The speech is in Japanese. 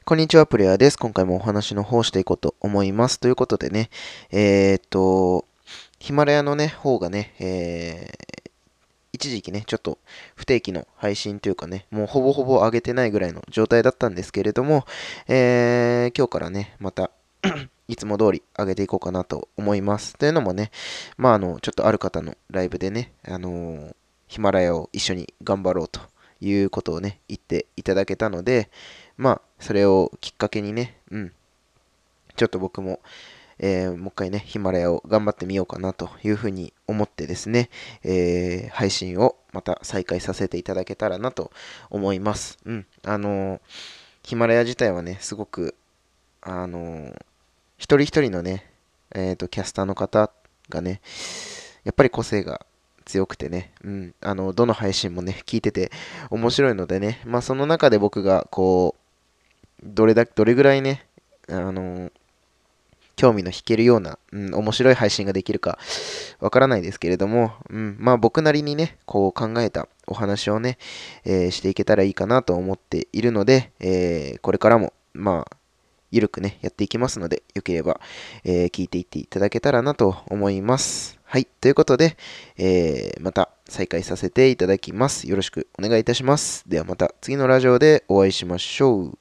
こんにちは、プレイヤーです。今回もお話の方していこうと思います。ということでね、ヒマラヤのね、方がね、一時期ね、ちょっと不定期の配信というかね、もうほぼほぼ上げてないぐらいの状態だったんですけれども、今日からね、またいつも通り上げていこうかなと思います。というのもね、ちょっとある方のライブでね、ヒマラヤを一緒に頑張ろうということをね、言っていただけたので、それをきっかけにね、ちょっと僕も、もう一回ね、ヒマラヤを頑張ってみようかなというふうに思ってですね、配信をまた再開させていただけたらなと思います。ヒマラヤ自体はね、すごく、あのー一人一人のね、キャスターの方がね、やっぱり個性が強くてね、どの配信もね、聞いてて面白いのでね、その中で僕がこう、どれぐらいね、あのー興味の引けるような、面白い配信ができるかわからないですけれども、僕なりにね、こう考えたお話をね、していけたらいいかなと思っているので、これからも、ゆるくね、やっていきますので、よければ、聞いていっていただけたらなと思います。はい、ということで、また再開させていただきます。よろしくお願いいたします。ではまた次のラジオでお会いしましょう。